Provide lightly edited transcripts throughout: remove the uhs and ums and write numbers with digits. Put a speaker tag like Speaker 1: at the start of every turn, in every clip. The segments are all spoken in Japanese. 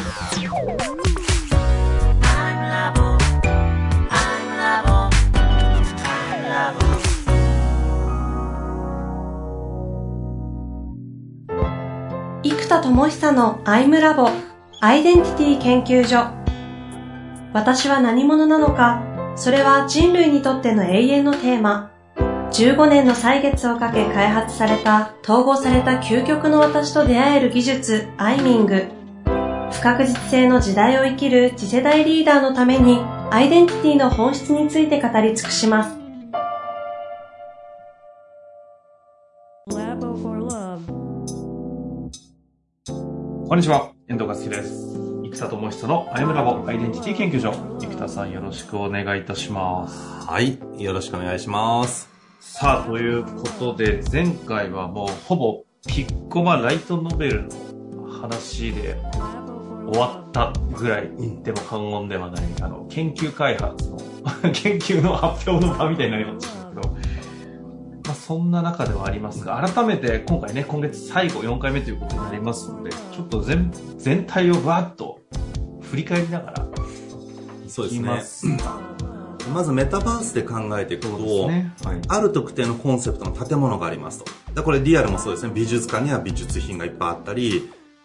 Speaker 1: 生田智久のアイムラボアイデンティティ研究所。私は何者なのか、それは人類にとっての永遠のテーマ。15年の歳月をかけ開発された統合された究極の私と出会える技術アイミング。不確実性の時代を生きる次世代リーダーのためにアイデンティティの本質について語り尽くします。
Speaker 2: こんにちは、遠藤和樹です。生田智久のアイムラボアイデンティティ研究所。生田さんよろしくお願いいたします。
Speaker 3: はい、よろしくお願いします。
Speaker 2: さあ、ということで前回はもうほぼピッコマライトノベルの話で終わったぐらい言っても過言ではない、研究開発の研究の発表の場みたいになりましたけど、そんな中ではありますが、改めて今回ね、今月最後4回目ということになりますので、ちょっと全体をバーッと振り返りながら
Speaker 3: そうですね。まずメタバースで考えていくと、ね、はい、ある特定のコンセプトの建物がありますと。これリアルもそうですね。美術館には美術品がいっぱいあったり、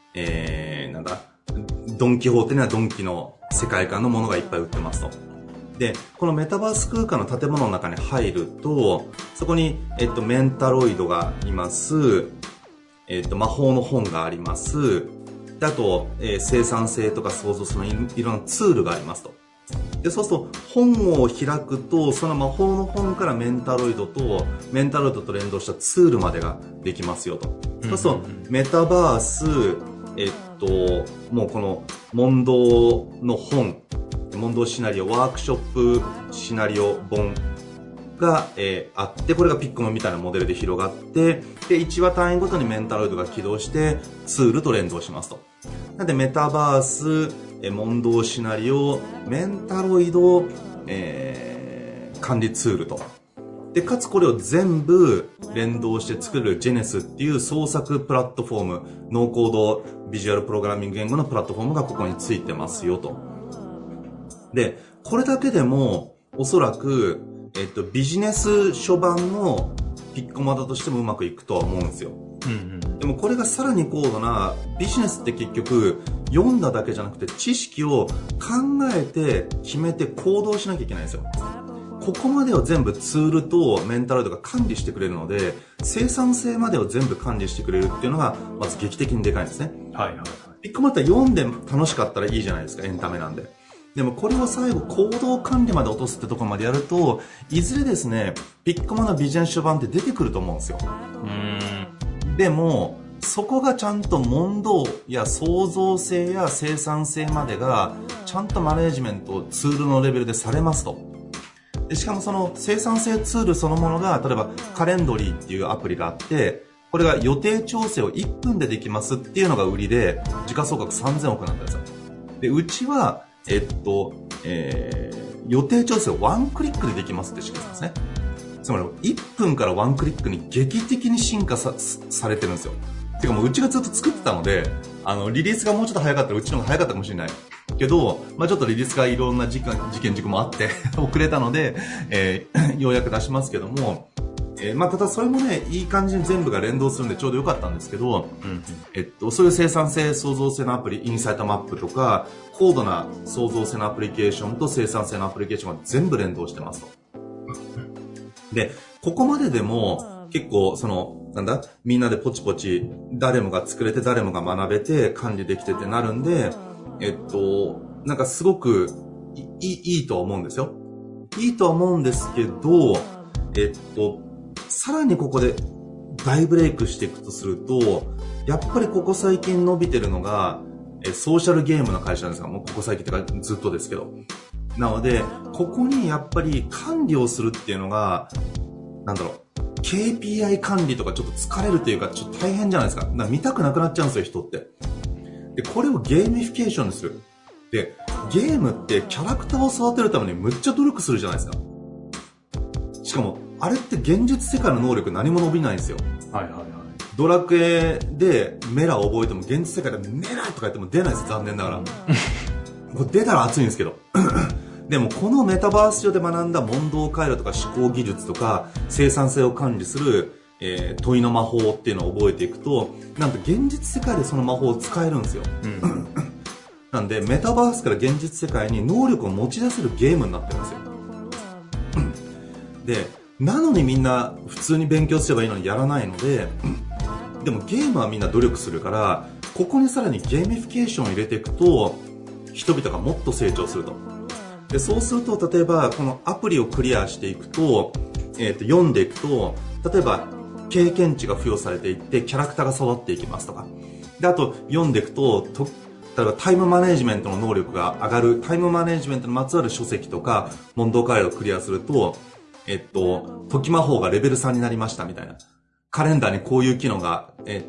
Speaker 3: ドンキホーテにはドンキの世界観のものがいっぱい売ってますと。で、このメタバース空間の建物の中に入ると、そこに、メンタロイドがいます。魔法の本があります。で、あと、生産性とか創造性のいろんなツールがありますと。で、そうすると、本を開くと、その魔法の本からメンタロイドと連動したツールまでができますよと。そうすると、メタバース、もうこの、問答の本、問答シナリオ、ワークショップシナリオ本が、あって、これがピックマみたいなモデルで広がって、で、1話単位ごとにメンタロイドが起動して、ツールと連動しますと。なので、メタバース、問答シナリオ、メンタロイド、管理ツールと。で、かつこれを全部連動して作るジェネスっていう創作プラットフォーム、ノーコードビジュアルプログラミング言語のプラットフォームがここについてますよと。で、これだけでもおそらく、ビジネス書版のピッコマだとしてもうまくいくとは思うんですよ。でもこれがさらに高度なビジネスって結局読んだだけじゃなくて知識を考えて決めて行動しなきゃいけないんですよ。ここまでを全部ツールとメンタロイドが管理してくれるので、生産性までを全部管理してくれるっていうのがまず劇的にでかいんですね。ピッコマって読んで楽しかったらいいじゃないですか、エンタメなんで。でもこれを最後行動管理まで落とすってところまでやると、いずれですね、ピッコマのビジネス書版って出てくると思うんですよ。でも、そこがちゃんと問答や創造性や生産性までがちゃんとマネージメントツールのレベルでされますと。でしかもその生産性ツールそのものが、例えばカレンドリーっていうアプリがあって、これが予定調整を1分でできますっていうのが売りで、時価総額3000億なんですよ。で、うちは予定調整をワンクリックでできますって仕組みですね。つまり1分からワンクリックに劇的に進化 されてるんですよ。てかもううちがずっと作ってたので、リリースがもうちょっと早かったらうちの方が早かったかもしれないけど、ちょっとリリースがいろんな事件もあって遅れたので、ようやく出しますけども、ただそれもね、いい感じに全部が連動するんでちょうどよかったんですけど、そういう生産性、創造性のアプリ、インサイトマップとか、高度な創造性のアプリケーションと生産性のアプリケーションが全部連動してますと。で、ここまででも結構みんなでポチポチ誰もが作れて誰もが学べて管理できてってなるんで、なんかすごくいいとは思うんですよ。いいとは思うんですけど、さらにここで大ブレイクしていくとすると、やっぱりここ最近伸びてるのが、ソーシャルゲームの会社なんですが、もうここ最近ってかずっとですけど。なので、ここにやっぱり管理をするっていうのが、KPI 管理とかちょっと疲れるというか、ちょっと大変じゃないですか。見たくなくなっちゃうんですよ、人って。で、これをゲーミフィケーションにする。で、ゲームってキャラクターを育てるためにむっちゃ努力するじゃないですか。しかも、あれって現実世界の能力何も伸びないんですよ。 ドラクエでメラを覚えても現実世界でメラとか言っても出ないです、残念ながら。これ出たら熱いんですけど。でもこのメタバース上で学んだ問答回路とか思考技術とか生産性を管理する、問いの魔法っていうのを覚えていくと、なんと現実世界でその魔法を使えるんですよ。なんでメタバースから現実世界に能力を持ち出せるゲームになってるんですよ。で、なのにみんな普通に勉強すればいいのにやらないので、でもゲームはみんな努力するから、ここにさらにゲーミフィケーションを入れていくと人々がもっと成長すると。で、そうすると例えばこのアプリをクリアしていくと、読んでいくと、例えば経験値が付与されていってキャラクターが育っていきますとか。で、あと読んでいくと、例えばタイムマネジメントの能力が上がる、タイムマネジメントにまつわる書籍とか問答回路をクリアすると、時魔法がレベル3になりましたみたいな。カレンダーにこういう機能が、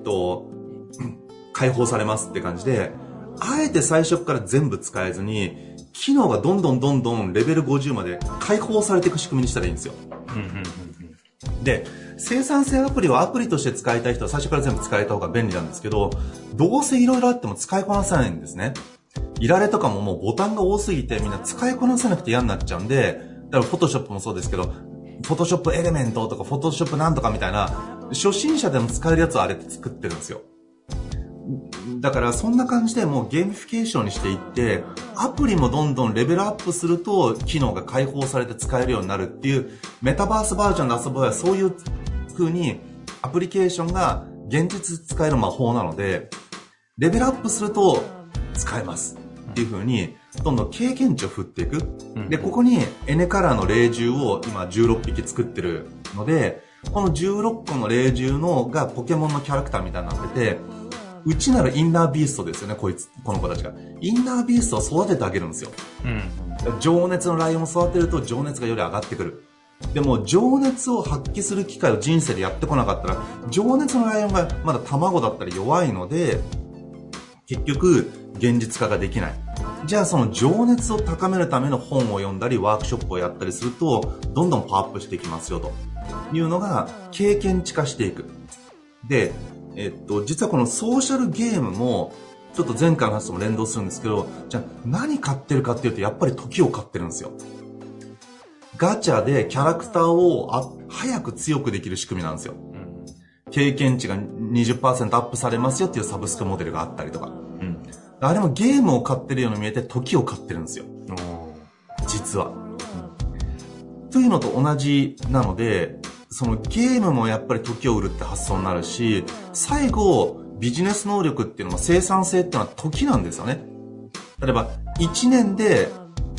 Speaker 3: 解放されますって感じで、あえて最初から全部使えずに、機能がどんどんレベル50まで解放されていく仕組みにしたらいいんですよ。で、生産性アプリはアプリとして使いたい人は最初から全部使えた方が便利なんですけど、どうせ色々あっても使いこなせないんですね。いられとかももうボタンが多すぎてみんな使いこなせなくて嫌になっちゃうんで、だからフォトショップもそうですけど、フォトショップエレメントとかフォトショップなんとかみたいな初心者でも使えるやつをあれって作ってるんですよ。だからそんな感じでもうゲーミフィケーションにしていって、アプリもどんどんレベルアップすると機能が解放されて使えるようになるっていう、メタバースバージョンで遊ぶはそういう風にアプリケーションが現実使える魔法なので、レベルアップすると使えますっていう風にどんどん経験値を振っていく。で、ここにエネカラーの霊獣を今16匹作ってるので、この16個の霊獣のがポケモンのキャラクターみたいになってて、内なるインナービーストですよね、この子たちが。インナービーストを育ててあげるんですよ。情熱のライオンを育てると情熱がより上がってくる。でも情熱を発揮する機会を人生でやってこなかったら、情熱のライオンがまだ卵だったり弱いので、結局現実化ができない。じゃあその情熱を高めるための本を読んだりワークショップをやったりすると、どんどんパワーアップしていきますよというのが経験値化していく。で、実はこのソーシャルゲームもちょっと前回の話とも連動するんですけど、じゃあ何買ってるかっていうと、やっぱり時を買ってるんですよ。ガチャでキャラクターを早く強くできる仕組みなんですよ。経験値が 20% アップされますよっていうサブスクモデルがあったりとか。あれもゲームを買ってるように見えて時を買ってるんですよ。実は。というのと同じなので、そのゲームもやっぱり時を売るって発想になるし、最後ビジネス能力っていうのも生産性っていうのは時なんですよね。例えば1年で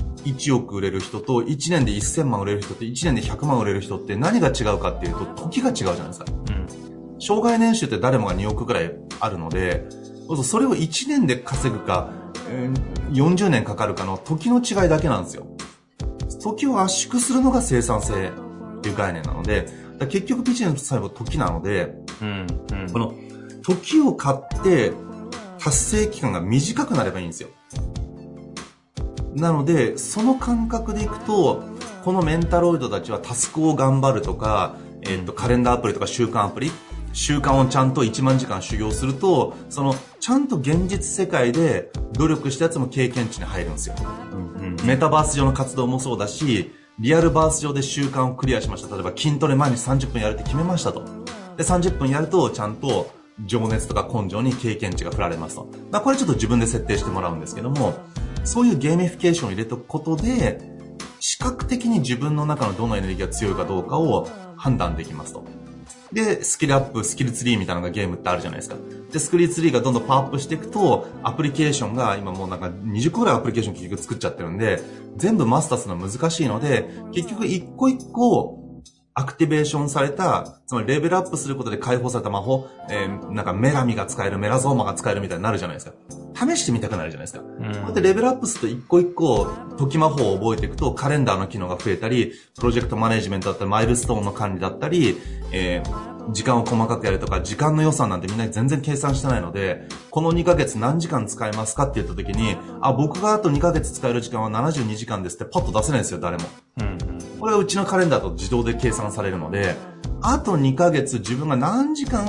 Speaker 3: 1億売れる人と1年で1000万売れる人と1年で100万売れる人って何が違うかっていうと、時が違うじゃないですか。生涯年収って誰もが2億ぐらいあるので、それを1年で稼ぐか、40年かかるかの時の違いだけなんですよ。時を圧縮するのが生産性っていう概念なので、結局ビジネスの最後時なので、この時を買って達成期間が短くなればいいんですよ。なのでその感覚でいくと、このメンタロイドたちはタスクを頑張るとか、カレンダーアプリとか習慣アプリ、習慣をちゃんと1万時間修行すると、そのちゃんと現実世界で努力したやつも経験値に入るんですよ。メタバース上の活動もそうだし、リアルバース上で習慣をクリアしました。例えば筋トレ毎日30分やるって決めましたと。で、30分やるとちゃんと情熱とか根性に経験値が振られますと。これちょっと自分で設定してもらうんですけども、そういうゲーミフィケーションを入れておくことで、視覚的に自分の中のどのエネルギーが強いかどうかを判断できますと。で、スキルアップ、スキルツリーみたいなのがゲームってあるじゃないですか。で、スキルツリーがどんどんパワーアップしていくと、アプリケーションが今もうなんか20個ぐらいアプリケーション結局作っちゃってるんで、全部マスターするのは難しいので、結局一個一個アクティベーションされた、つまりレベルアップすることで解放された魔法、なんかメラミが使える、メラゾーマが使えるみたいになるじゃないですか。試してみたくなるじゃないですか。こうやってレベルアップすると一個一個時魔法を覚えていくと、カレンダーの機能が増えたり、プロジェクトマネジメントだったり、マイルストーンの管理だったり、時間を細かくやるとか、時間の予算なんてみんな全然計算してないので、この2ヶ月何時間使えますかって言った時に、僕があと2ヶ月使える時間は72時間ですってパッと出せないんですよ、誰も。これはうちのカレンダーと自動で計算されるので、あと2ヶ月自分が何時間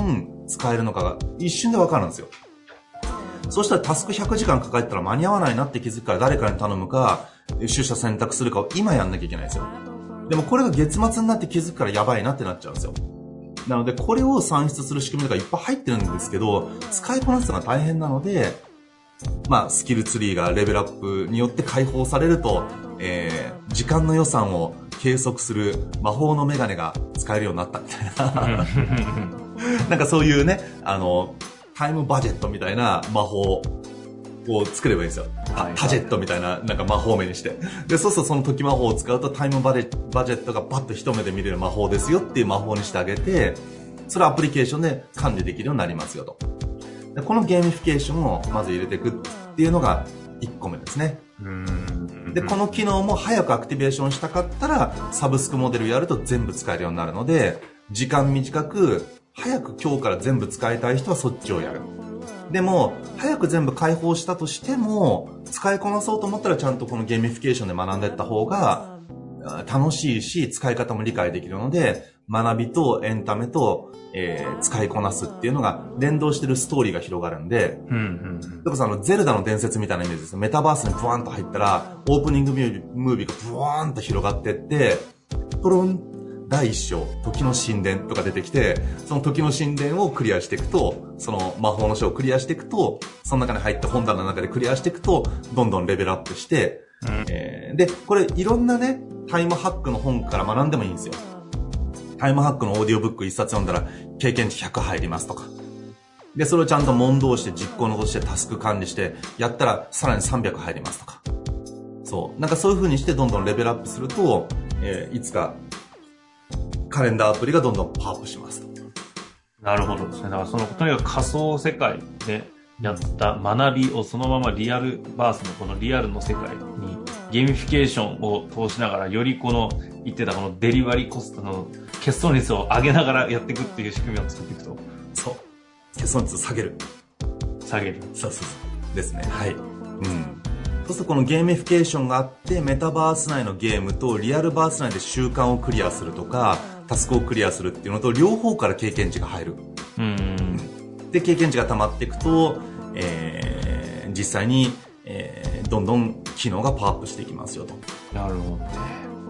Speaker 3: 使えるのかが一瞬でわかるんですよ。そうしたらタスク100時間かかったら間に合わないなって気づくから誰かに頼むか、取捨選択するかを今やんなきゃいけないんですよ。でもこれが月末になって気づくからやばいなってなっちゃうんですよ。なのでこれを算出する仕組みとかいっぱい入ってるんですけど、使いこなすのが大変なので、スキルツリーがレベルアップによって解放されると、時間の予算を計測する魔法のメガネが使えるようになったみたいな。なんかそういうね、タイムバジェットみたいな魔法を作ればいいんですよ。タジェットみたいな、なんか魔法名にして。で、そうするとその時魔法を使うとタイムバジェットがバッと一目で見れる魔法ですよっていう魔法にしてあげて、それをアプリケーションで管理できるようになりますよと。でこのゲーミフィケーションをまず入れていくっていうのが1個目ですね。で、この機能も早くアクティベーションしたかったら、サブスクモデルやると全部使えるようになるので、時間短く、早く今日から全部使いたい人はそっちをやる。でも、早く全部解放したとしても、使いこなそうと思ったらちゃんとこのゲーミフィケーションで学んでいった方が楽しいし、使い方も理解できるので、学びとエンタメと、使いこなすっていうのが連動してるストーリーが広がるんで、だからゼルダの伝説みたいなイメージです。メタバースにブワーンと入ったら、オープニングムービーがブワーンと広がってって、ポロン第一章、時の神殿とか出てきて、その時の神殿をクリアしていくと、その魔法の書をクリアしていくと、その中に入った本棚の中でクリアしていくと、どんどんレベルアップして、で、これいろんなね、タイムハックの本から学んでもいいんですよ。タイムハックのオーディオブック一冊読んだら、経験値100入りますとか。で、それをちゃんと問答して実行のことしてタスク管理して、やったらさらに300入りますとか。そう。なんかそういう風にしてどんどんレベルアップすると、いつか、カレンダーアプリがどんどんパワーアップしますと。
Speaker 2: なるほどですね。だからとにかく仮想世界でやった学びをそのままリアルバースのこのリアルの世界にゲーミフィケーションを通しながらより言ってたこのデリバリーコストの欠損率を上げながらやっていくっていう仕組みを作っていくと。
Speaker 3: そう。欠損率下げる。そうですね。はい。そうするとこのゲーミフィケーションがあって、メタバース内のゲームとリアルバース内で習慣をクリアするとか、タスクをクリアするっていうのと、両方から経験値が入る。で、経験値が溜まっていくと、実際に、どんどん機能がパワーアップしていきますよと。
Speaker 2: なるほどね。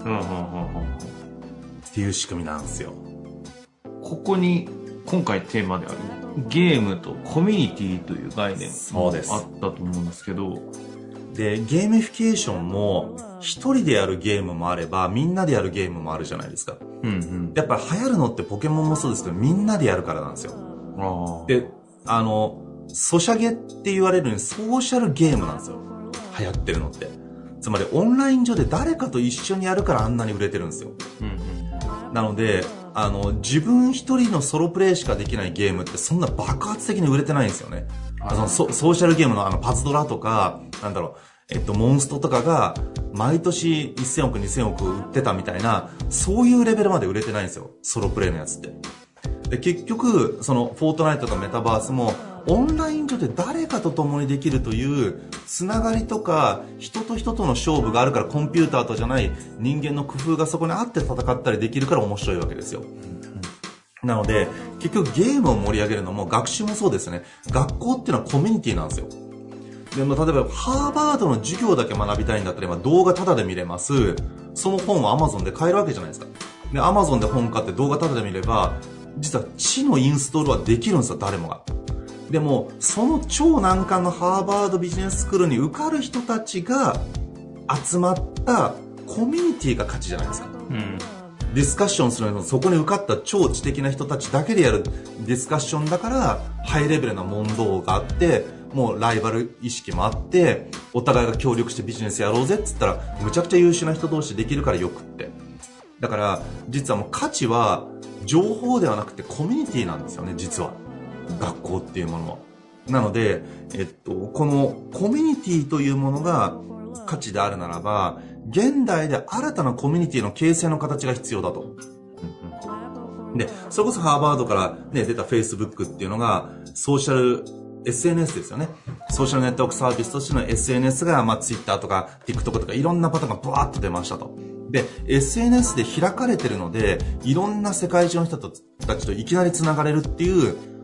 Speaker 3: っていう仕組みなんですよ。
Speaker 2: ここに、今回テーマである、ゲームとコミュニティという概念もあったと思うんですけど、
Speaker 3: で、ゲーミフィケーションも、一人でやるゲームもあれば、みんなでやるゲームもあるじゃないですか。やっぱり流行るのってポケモンもそうですけど、みんなでやるからなんですよ。で、ソシャゲって言われるようにソーシャルゲームなんですよ。流行ってるのって。つまりオンライン上で誰かと一緒にやるからあんなに売れてるんですよ。なので、自分一人のソロプレイしかできないゲームってそんな爆発的に売れてないんですよね。ソーシャルゲームのパズドラとか、モンストとかが毎年1000億2000億売ってたみたいな、そういうレベルまで売れてないんですよ。ソロプレイのやつって。で、結局、フォートナイトとかメタバースも、オンライン上で誰かと共にできるというつながりとか、人と人との勝負があるから、コンピューターとじゃない人間の工夫がそこにあって戦ったりできるから面白いわけですよ。なので、結局ゲームを盛り上げるのも学習もそうですね。学校っていうのはコミュニティなんですよ。でも例えばハーバードの授業だけ学びたいんだったら今動画タダで見れます。その本は Amazon で買えるわけじゃないですか。で、Amazon で本買って動画タダで見れば、実は知のインストールはできるんですよ、誰もが。でも、その超難関のハーバードビジネススクールに受かる人たちが集まったコミュニティが価値じゃないですか。ディスカッションするのにそこに受かった超知的な人たちだけでやるディスカッションだからハイレベルな問答があって、もうライバル意識もあって、お互いが協力してビジネスやろうぜって言ったらむちゃくちゃ優秀な人同士できるからよくって。だから実はもう価値は情報ではなくてコミュニティなんですよね、実は。学校っていうものは。なので、このコミュニティというものが価値であるならば、現代で新たなコミュニティの形成の形が必要だと。で、それこそハーバードからね、出た Facebook っていうのが、ソーシャル、SNS ですよね。ソーシャルネットワークサービスとしての SNS が、Twitter とか TikTok とかいろんなパターンがブワーッと出ましたと。で、SNS で開かれてるので、いろんな世界中の人たちといきなり繋がれるっていう、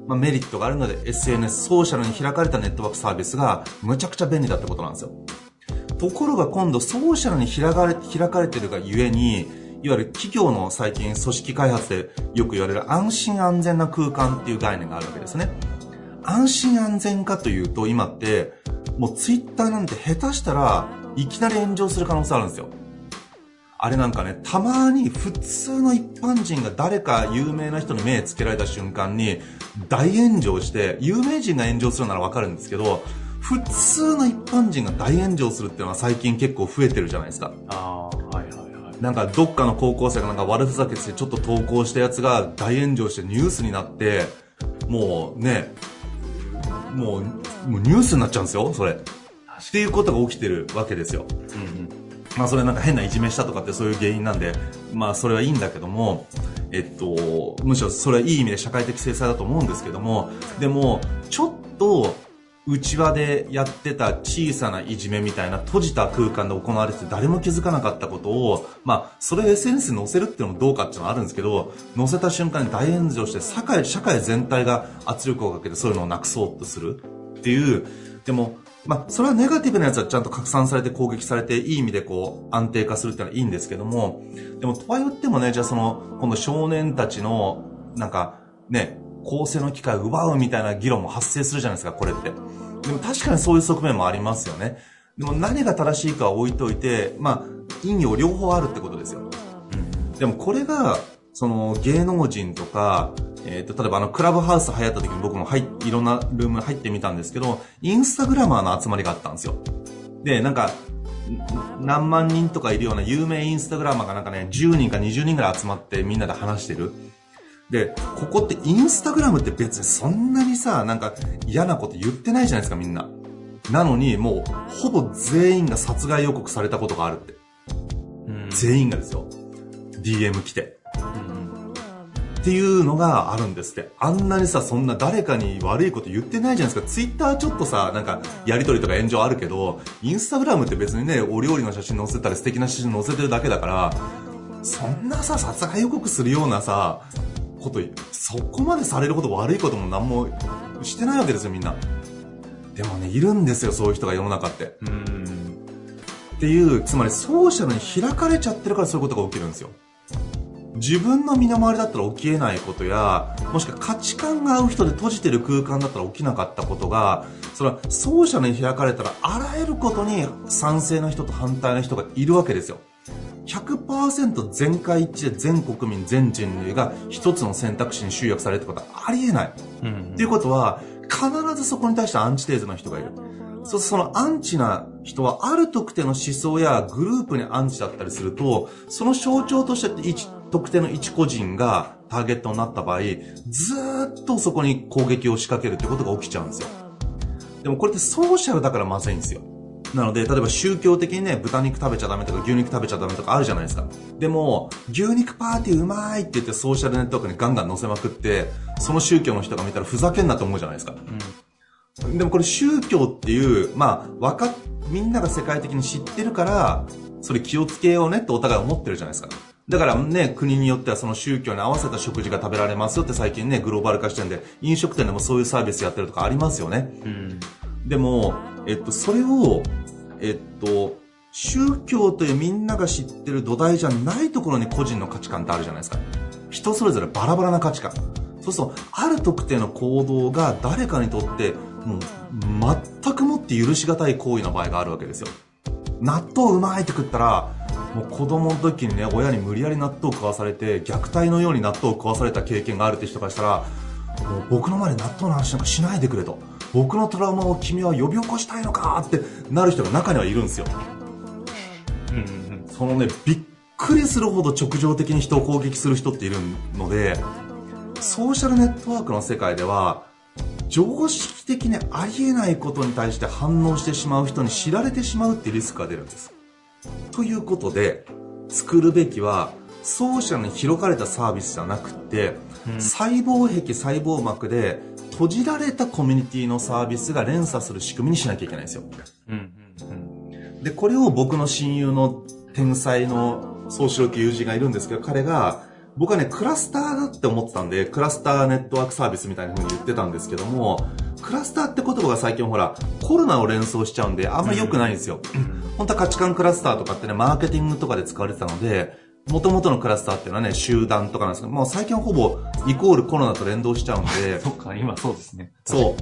Speaker 3: メリットがあるので SNS、ソーシャルに開かれたネットワークサービスがむちゃくちゃ便利だってことなんですよ。ところが今度ソーシャルに開かれてるがゆえに、いわゆる企業の最近組織開発でよく言われる安心安全な空間っていう概念があるわけですね。安心安全かというと、今ってもうツイッターなんて下手したらいきなり炎上する可能性あるんですよ。あれなんかね、たまに普通の一般人が誰か有名な人に目つけられた瞬間に大炎上して、有名人が炎上するならわかるんですけど、普通の一般人が大炎上するっていうのは最近結構増えてるじゃないですか。なんかどっかの高校生がなんか悪ふざけしてちょっと投稿したやつが大炎上してニュースになって、もうね、もうニュースになっちゃうんですよ、それ。っていうことが起きてるわけですよ。それなんか変ないじめしたとかってそういう原因なんで、それはいいんだけども、むしろそれはいい意味で社会的制裁だと思うんですけども、でも、ちょっと、内輪でやってた小さないじめみたいな閉じた空間で行われてて誰も気づかなかったことを、それを SNS に載せるっていうのもどうかっていうのはあるんですけど、載せた瞬間に大炎上して社会全体が圧力をかけてそういうのをなくそうとするっていう、でも、それはネガティブなやつはちゃんと拡散されて攻撃されていい意味でこう安定化するっていうのはいいんですけども、でもとは言ってもね、じゃあ今度少年たちのなんかね、更生の機会を奪うみたいな議論も発生するじゃないですか、これって。でも確かにそういう側面もありますよね。でも何が正しいかは置いといて、陰陽両方あるってことですよ。でもこれが、芸能人とか、例えばクラブハウス流行った時に僕もいろんなルームに入ってみたんですけど、インスタグラマーの集まりがあったんですよ。で、なんか、何万人とかいるような有名インスタグラマーがなんかね、10人か20人ぐらい集まってみんなで話してる。で、ここってインスタグラムって別にそんなにさ、なんか嫌なこと言ってないじゃないですか、みんな。なのに、もう、ほぼ全員が殺害予告されたことがあるって。全員がですよ。DM 来て。っていうのがあるんですって。あんなにさ、そんな誰かに悪いこと言ってないじゃないですか。ツイッターちょっとさ、なんか、やりとりとか炎上あるけど、インスタグラムって別にね、お料理の写真載せたり素敵な写真載せてるだけだから、そんなさ、殺害予告するようなさ、そこまでされること悪いことも何もしてないわけですよ、みんな。でもね、いるんですよ、そういう人が世の中って。っていう、つまりソーシャルに開かれちゃってるからそういうことが起きるんですよ。自分の身の回りだったら起きえないことや、もしくは価値観が合う人で閉じてる空間だったら起きなかったことが、それはソーシャルに開かれたらあらゆることに賛成の人と反対の人がいるわけですよ。100% 全会一致で全国民全人類が一つの選択肢に集約されるってことはありえない。っていうことは必ずそこに対してアンチテーゼの人がいる。そのアンチな人はある特定の思想やグループにアンチだったりすると、その象徴として特定の一個人がターゲットになった場合、ずーっとそこに攻撃を仕掛けるということが起きちゃうんですよ。でもこれってソーシャルだからまずいんですよ。なので、例えば宗教的にね、豚肉食べちゃダメとか牛肉食べちゃダメとかあるじゃないですか。でも、牛肉パーティーうまーいって言ってソーシャルネットワークにガンガン載せまくって、その宗教の人が見たらふざけんなと思うじゃないですか。でもこれ宗教っていう、みんなが世界的に知ってるから、それ気をつけようねってお互い思ってるじゃないですか。だからね、国によってはその宗教に合わせた食事が食べられますよって最近ね、グローバル化してるんで、飲食店でもそういうサービスやってるとかありますよね。でも、それを、宗教というみんなが知ってる土台じゃないところに個人の価値観ってあるじゃないですか。人それぞれバラバラな価値観。そうすると、ある特定の行動が誰かにとって、もう、全くもって許しがたい行為の場合があるわけですよ。納豆うまいって食ったら、もう子供の時にね、親に無理やり納豆を食わされて、虐待のように納豆を食わされた経験があるって人からしたら、もう僕の前で納豆の話なんかしないでくれと。僕のトラウマを君は呼び起こしたいのかってなる人が中にはいるんですよ。そのね、びっくりするほど直情的に人を攻撃する人っているので、ソーシャルネットワークの世界では、常識的にありえないことに対して反応してしまう人に知られてしまうっていうリスクが出るんです。ということで、作るべきは、ソーシャルに広がれたサービスじゃなくて、細胞壁、細胞膜で閉じられたコミュニティのサービスが連鎖する仕組みにしなきゃいけないんですよ。で、これを僕の親友の天才のソーシャル系友人がいるんですけど、彼が僕はね、クラスターだって思ってたんで、クラスターネットワークサービスみたいな風に言ってたんですけども、クラスターって言葉が最近ほら、コロナを連想しちゃうんで、あんまり良くないんですよ。本当は価値観クラスターとかってね、マーケティングとかで使われてたので、元々のクラスターっていうのはね、集団とかなんですけど、もう最近はほぼイコールコロナと連動しちゃうんで。
Speaker 2: そっか、今そうですね。
Speaker 3: そう。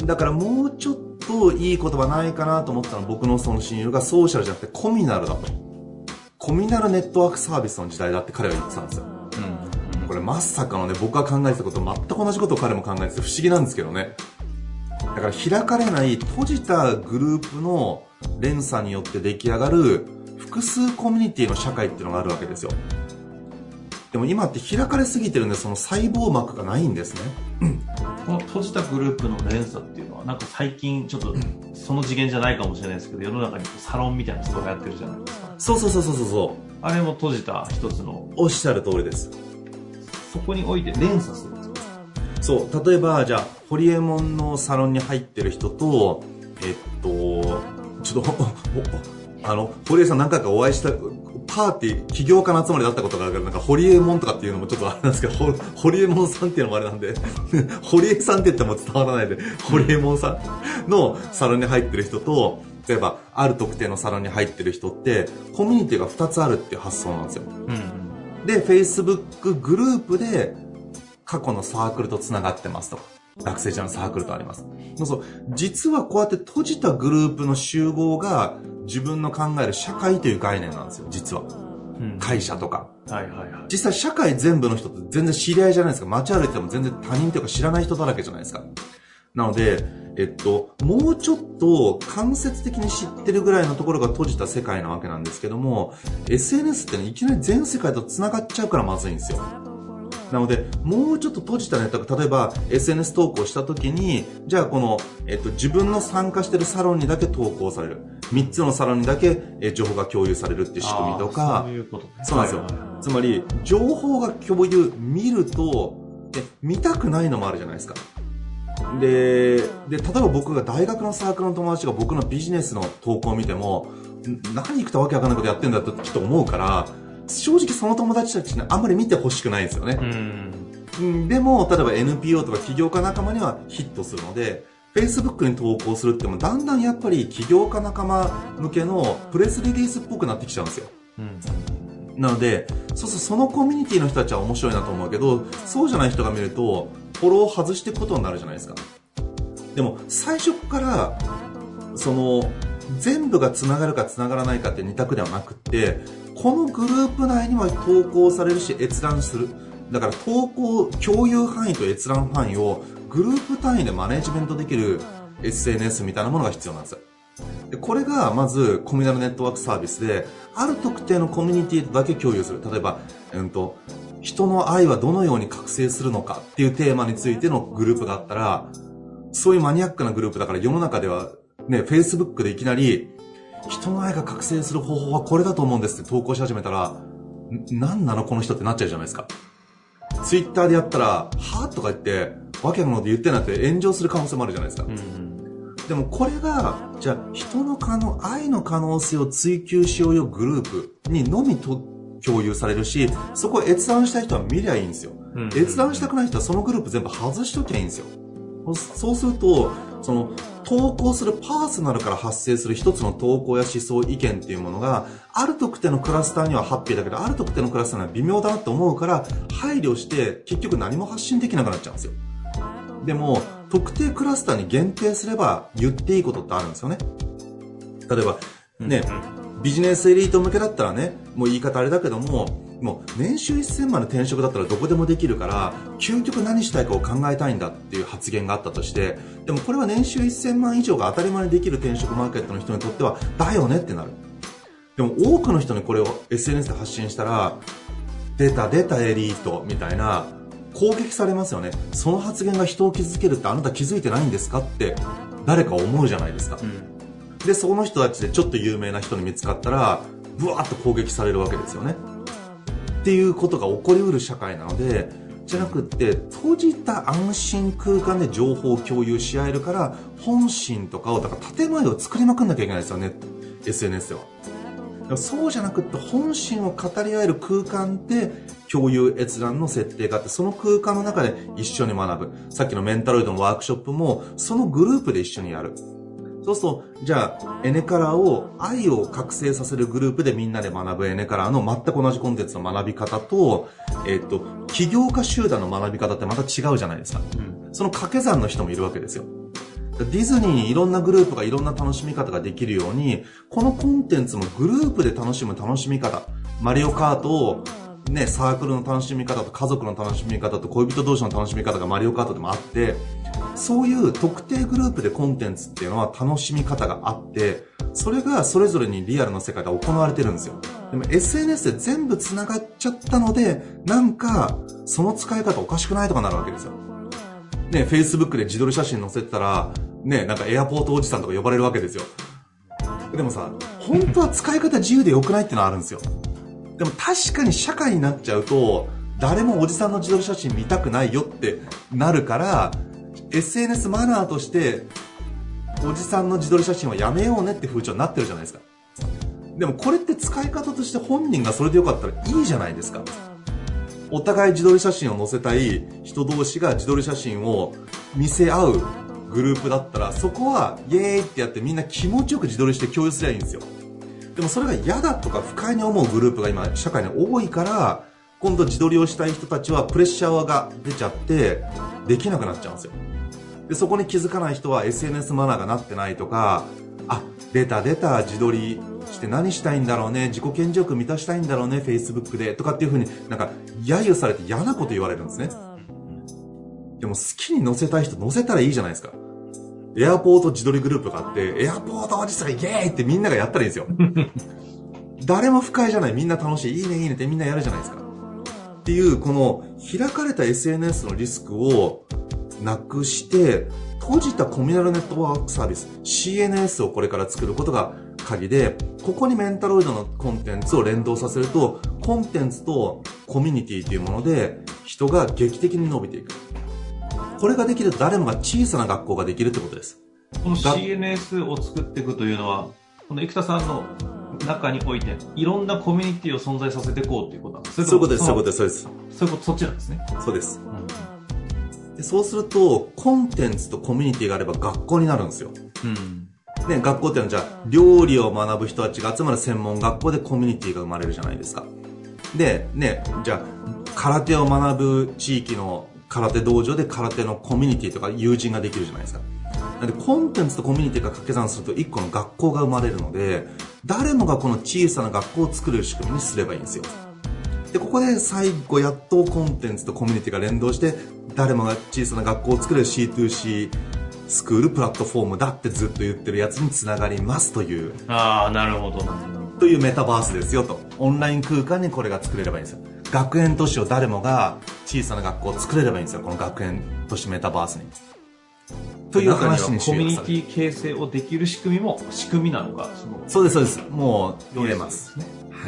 Speaker 3: だからもうちょっといい言葉ないかなと思ったの僕のその親友がソーシャルじゃなくてコミナルだと。コミナルネットワークサービスの時代だって彼は言ってたんですよ。これまさかのね、僕が考えてたこと全く同じことを彼も考えてて不思議なんですけどね。だから開かれない閉じたグループの連鎖によって出来上がる複数コミュニティの社会っていうのがあるわけですよ。でも今って開かれすぎてるんでその細胞膜がないんですね。
Speaker 2: この閉じたグループの連鎖っていうのはなんか最近ちょっとその次元じゃないかもしれないですけど、世の中にサロンみたいな人がやってるじゃないですか。
Speaker 3: そう
Speaker 2: あれも閉じた一つの。
Speaker 3: おっしゃる通りです。
Speaker 2: そこにおいて連鎖するんですか？
Speaker 3: そう、例えばじゃあホリエモンのサロンに入ってる人とちょっと堀江さん何回かお会いしたパーティー起業家の集まりだったことがあるから、なんかホリエモンとかっていうのもちょっとあれなんですけど、ホリエモンさんっていうのもあれなんで堀江さんって言っても伝わらないで、ホリエモンさんのサロンに入ってる人と、例えばある特定のサロンに入ってる人ってコミュニティが2つあるっていう発想なんですよ。で Facebook グループで過去のサークルとつながってますとか、学生時代のサークルとあります。そう、実はこうやって閉じたグループの集合が自分の考える社会という概念なんですよ、実は。会社とか。実際社会全部の人って全然知り合いじゃないですか。街歩いてても全然他人というか知らない人だらけじゃないですか。なので、もうちょっと間接的に知ってるぐらいのところが閉じた世界なわけなんですけども、SNS ってね、いきなり全世界と繋がっちゃうからまずいんですよ。なので、もうちょっと閉じたネットワーク、例えば SNS 投稿した時に、じゃあこの、自分の参加してるサロンにだけ投稿される。3つのサロンにだけ、情報が共有されるっていう仕組みとか、
Speaker 2: そういうことね。
Speaker 3: そうなんですよ。つまり、情報が共有、見ると、見たくないのもあるじゃないですか。で、例えば僕が大学のサークルの友達が僕のビジネスの投稿を見ても、何行くとわけわかんないことやってんだってちょっと思うから、正直その友達たちにあんまり見てほしくないんですよね。でも、例えば NPO とか起業家仲間にはヒットするので、Facebook に投稿するってもだんだんやっぱり起業家仲間向けのプレスリリースっぽくなってきちゃうんですよ。なので、そのコミュニティの人たちは面白いなと思うけど、そうじゃない人が見ると、フォローを外していくことになるじゃないですか。でも、最初から、全部が繋がるか繋がらないかって二択ではなくって、このグループ内には投稿されるし閲覧する。だから投稿、共有範囲と閲覧範囲をグループ単位でマネジメントできる SNS みたいなものが必要なんですよ。で、これがまずコミュナルネットワークサービスで、ある特定のコミュニティだけ共有する。例えば、人の愛はどのように覚醒するのかっていうテーマについてのグループがあったら、そういうマニアックなグループだから世の中ではね、Facebook でいきなり、人の愛が覚醒する方法はこれだと思うんですって投稿し始めたら、何なのこの人ってなっちゃうじゃないですか。Twitter でやったら、はぁとか言って、わけなので言ってなって炎上する可能性もあるじゃないですか。でもこれが、じゃあ人の愛の可能性を追求しようよグループにのみ共有されるし、そこを閲覧したい人は見りゃいいんですよ。閲覧したくない人はそのグループ全部外しときゃいいんですよ。そうすると、投稿するパーソナルから発生する一つの投稿や思想、意見っていうものが、ある特定のクラスターにはハッピーだけど、ある特定のクラスターには微妙だなって思うから、配慮して、結局何も発信できなくなっちゃうんですよ。でも、特定クラスターに限定すれば言っていいことってあるんですよね。例えば、ね、ビジネスエリート向けだったらね、もう言い方あれだけども、もう年収1000万の転職だったらどこでもできるから、究極何したいかを考えたいんだっていう発言があったとして、でもこれは年収1000万以上が当たり前にできる転職マーケットの人にとっては、だよねってなる。でも多くの人にこれを SNS で発信したら、出たエリートみたいな、攻撃されますよね。その発言が人を傷つけるってあなた気づいてないんですかって誰か思うじゃないですか。で、その人たちでちょっと有名な人に見つかったら、ブワーッと攻撃されるわけですよね。っていうことが起こりうる社会なので、じゃなくって閉じた安心空間で情報を共有し合えるから、本心とかをだから建前を作りまくんなきゃいけないですよね、SNS では。 そうじゃなくって本心を語り合える空間で共有閲覧の設定があって、その空間の中で一緒に学ぶ。さっきのメンタロイドのワークショップもそのグループで一緒にやる。そうすると、じゃあエネカラーを愛を覚醒させるグループでみんなで学ぶエネカラーの全く同じコンテンツの学び方と、起業家集団の学び方ってまた違うじゃないですか。その掛け算の人もいるわけですよ。ディズニーにいろんなグループがいろんな楽しみ方ができるように、このコンテンツもグループで楽しむ楽しみ方、マリオカートをね、サークルの楽しみ方と家族の楽しみ方と恋人同士の楽しみ方がマリオカートでもあって、そういう特定グループでコンテンツっていうのは楽しみ方があって、それがそれぞれにリアルの世界で行われてるんですよ。でも SNS で全部繋がっちゃったので、なんかその使い方おかしくないとかなるわけですよ。ね、Facebook で自撮り写真載せてたら、ね、なんかエアポートおじさんとか呼ばれるわけですよ。でもさ、本当は使い方自由で良くないってのはあるんですよ。でも確かに社会になっちゃうと、誰もおじさんの自撮り写真見たくないよってなるから、SNS マナーとして、おじさんの自撮り写真はやめようねって風潮になってるじゃないですか。でもこれって使い方として本人がそれでよかったらいいじゃないですか。お互い自撮り写真を載せたい人同士が自撮り写真を見せ合うグループだったら、そこはイエーイってやってみんな気持ちよく自撮りして共有すればいいんですよ。でもそれが嫌だとか不快に思うグループが今社会に多いから、今度自撮りをしたい人たちはプレッシャーが出ちゃってできなくなっちゃうんですよ。でそこに気づかない人は SNS マナーがなってないとか、あ、出た自撮りして何したいんだろうね、自己顕示欲満たしたいんだろうね Facebook でとかっていう風になんか揶揄されて嫌なこと言われるんですね。でも好きに載せたい人載せたらいいじゃないですか。エアポート自撮りグループがあって、エアポートおじさんイエーイってみんながやったらいいんですよ。誰も不快じゃない、みんな楽しい、いいねいいねってみんなやるじゃないですか。っていうこの開かれた SNS のリスクをなくして、閉じたコミュナルネットワークサービス CNS をこれから作ることが鍵で、ここにメンタロイドのコンテンツを連動させると、コンテンツとコミュニティというもので人が劇的に伸びていく。これができると誰もが小さな学校ができるってことです。
Speaker 2: この CNS を作っていくというのは、この生田さんの中においていろんなコミュニティを存在させていこうということなんですか？
Speaker 3: そういうことです、そういうことです、そうです。
Speaker 2: そういうこと、そっちなんですね。
Speaker 3: そうです。でそうするとコンテンツとコミュニティがあれば学校になるんですよ。ね、学校っていうのはじゃあ料理を学ぶ人たちが集まる専門学校でコミュニティが生まれるじゃないですか。でね、じゃあ空手を学ぶ地域の空手道場で空手のコミュニティとか友人ができるじゃないですか。なのでコンテンツとコミュニティが掛け算すると一個の学校が生まれるので、誰もがこの小さな学校を作れる仕組みにすればいいんですよ。でここで最後やっとコンテンツとコミュニティが連動して、誰もが小さな学校を作れる C2C スクールプラットフォームだってずっと言ってるやつにつながりますという。
Speaker 2: ああ、なるほど。
Speaker 3: というメタバースですよと。オンライン空間にこれが作れればいいんですよ。学園都市を誰もが小さな学校を作れればいいんですよ。この学園都市メタバースに。という話に
Speaker 2: コミュニティ形成をできる仕組みも仕組みなのか。
Speaker 3: そうです、そうです。もう読めます。はい。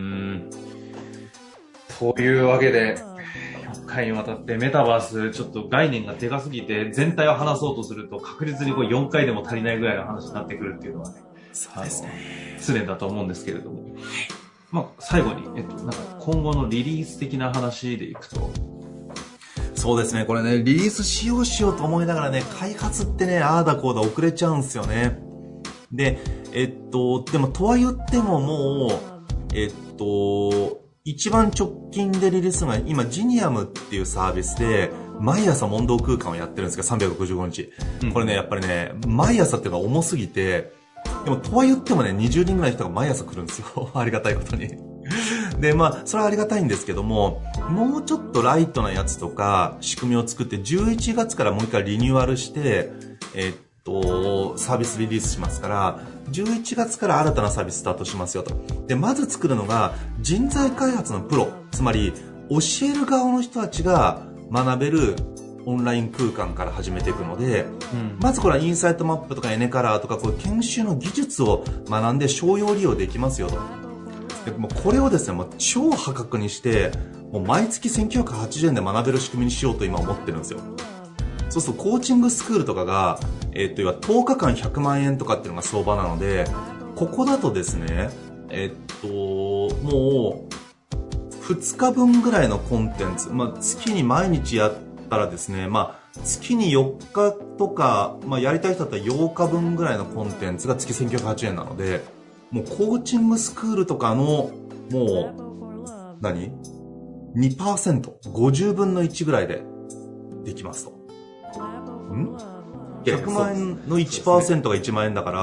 Speaker 2: というわけで、4回にわたってメタバース、ちょっと概念がでかすぎて、全体を話そうとすると確実にこう4回でも足りないぐらいの話になってくるっていうのはね、
Speaker 3: そうですね。
Speaker 2: 常だと思うんですけれども。まあ、最後に、なんか今後のリリース的な話でいくと。
Speaker 3: そうですね、これね、リリースしようと思いながらね、開発ってね、ああだこうだ遅れちゃうんですよね。で、でもとは言ってももう、一番直近でリリースが今ジニアムっていうサービスで毎朝問答空間をやってるんですけど、365日、これねやっぱりね毎朝っていうのが重すぎて、でもとは言ってもね20人ぐらいの人が毎朝来るんですよありがたいことにでまあそれはありがたいんですけども、もうちょっとライトなやつとか仕組みを作って11月からもう一回リニューアルしてサービスリリースしますから、11月から新たなサービススタートしますよと。で、まず作るのが人材開発のプロ、つまり教える側の人たちが学べるオンライン空間から始めていくので、まずこれはインサイトマップとかエネカラーとかこういう研修の技術を学んで商用利用できますよと。でもうこれをですね、もう超破格にして、もう毎月1980円で学べる仕組みにしようと今思ってるんですよ。そうするとコーチングスクールとかが、要は10日間100万円とかっていうのが相場なので、ここだとですね、 もう、2日分ぐらいのコンテンツ、月に毎日やったらですね、月に4日とか、やりたい人だったら8日分ぐらいのコンテンツが月1980円なので、もうコーチングスクールとかの、もう、2%、50分の1ぐらいでできますと。100万円の 1% が1万円だから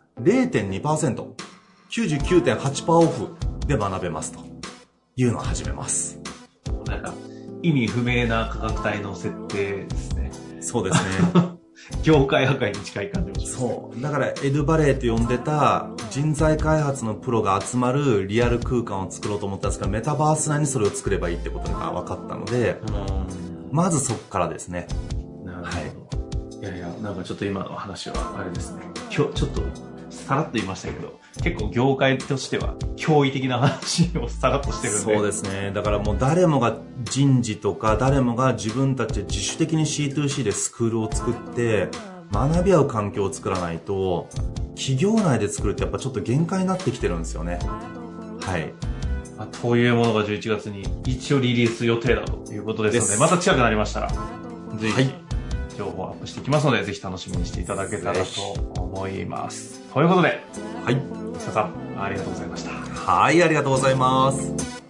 Speaker 3: 、0.2%、99.8% オフで学べますというのを始めます。
Speaker 2: なんか、意味不明な価格帯の設定ですね。
Speaker 3: そうですね。
Speaker 2: 業界破壊に近い感じもします。
Speaker 3: そう。だから、エドバレーと呼んでた人材開発のプロが集まるリアル空間を作ろうと思ったんですが、メタバース内にそれを作ればいいってことが分かったので、まずそこからですね。
Speaker 2: なるほど。はい、いや、なんかちょっと今の話はあれですね。今日ちょっとさらっと言いましたけど、結構業界としては驚異的な話をさらっとしてるんで。
Speaker 3: そうですね。だからもう誰もが人事とか誰もが自分たちで自主的に C2C でスクールを作って学び合う環境を作らないと、企業内で作るってやっぱちょっと限界になってきてるんですよね。はい。
Speaker 2: というものが11月に一応リリース予定だということですので、また近くなりましたら、ぜひ情報をアップしていきますので、ぜひ楽しみにしていただけたらと思います。ということで、
Speaker 3: はい。
Speaker 2: 石田さん、ありがとうございました。
Speaker 3: はい、ありがとうございます。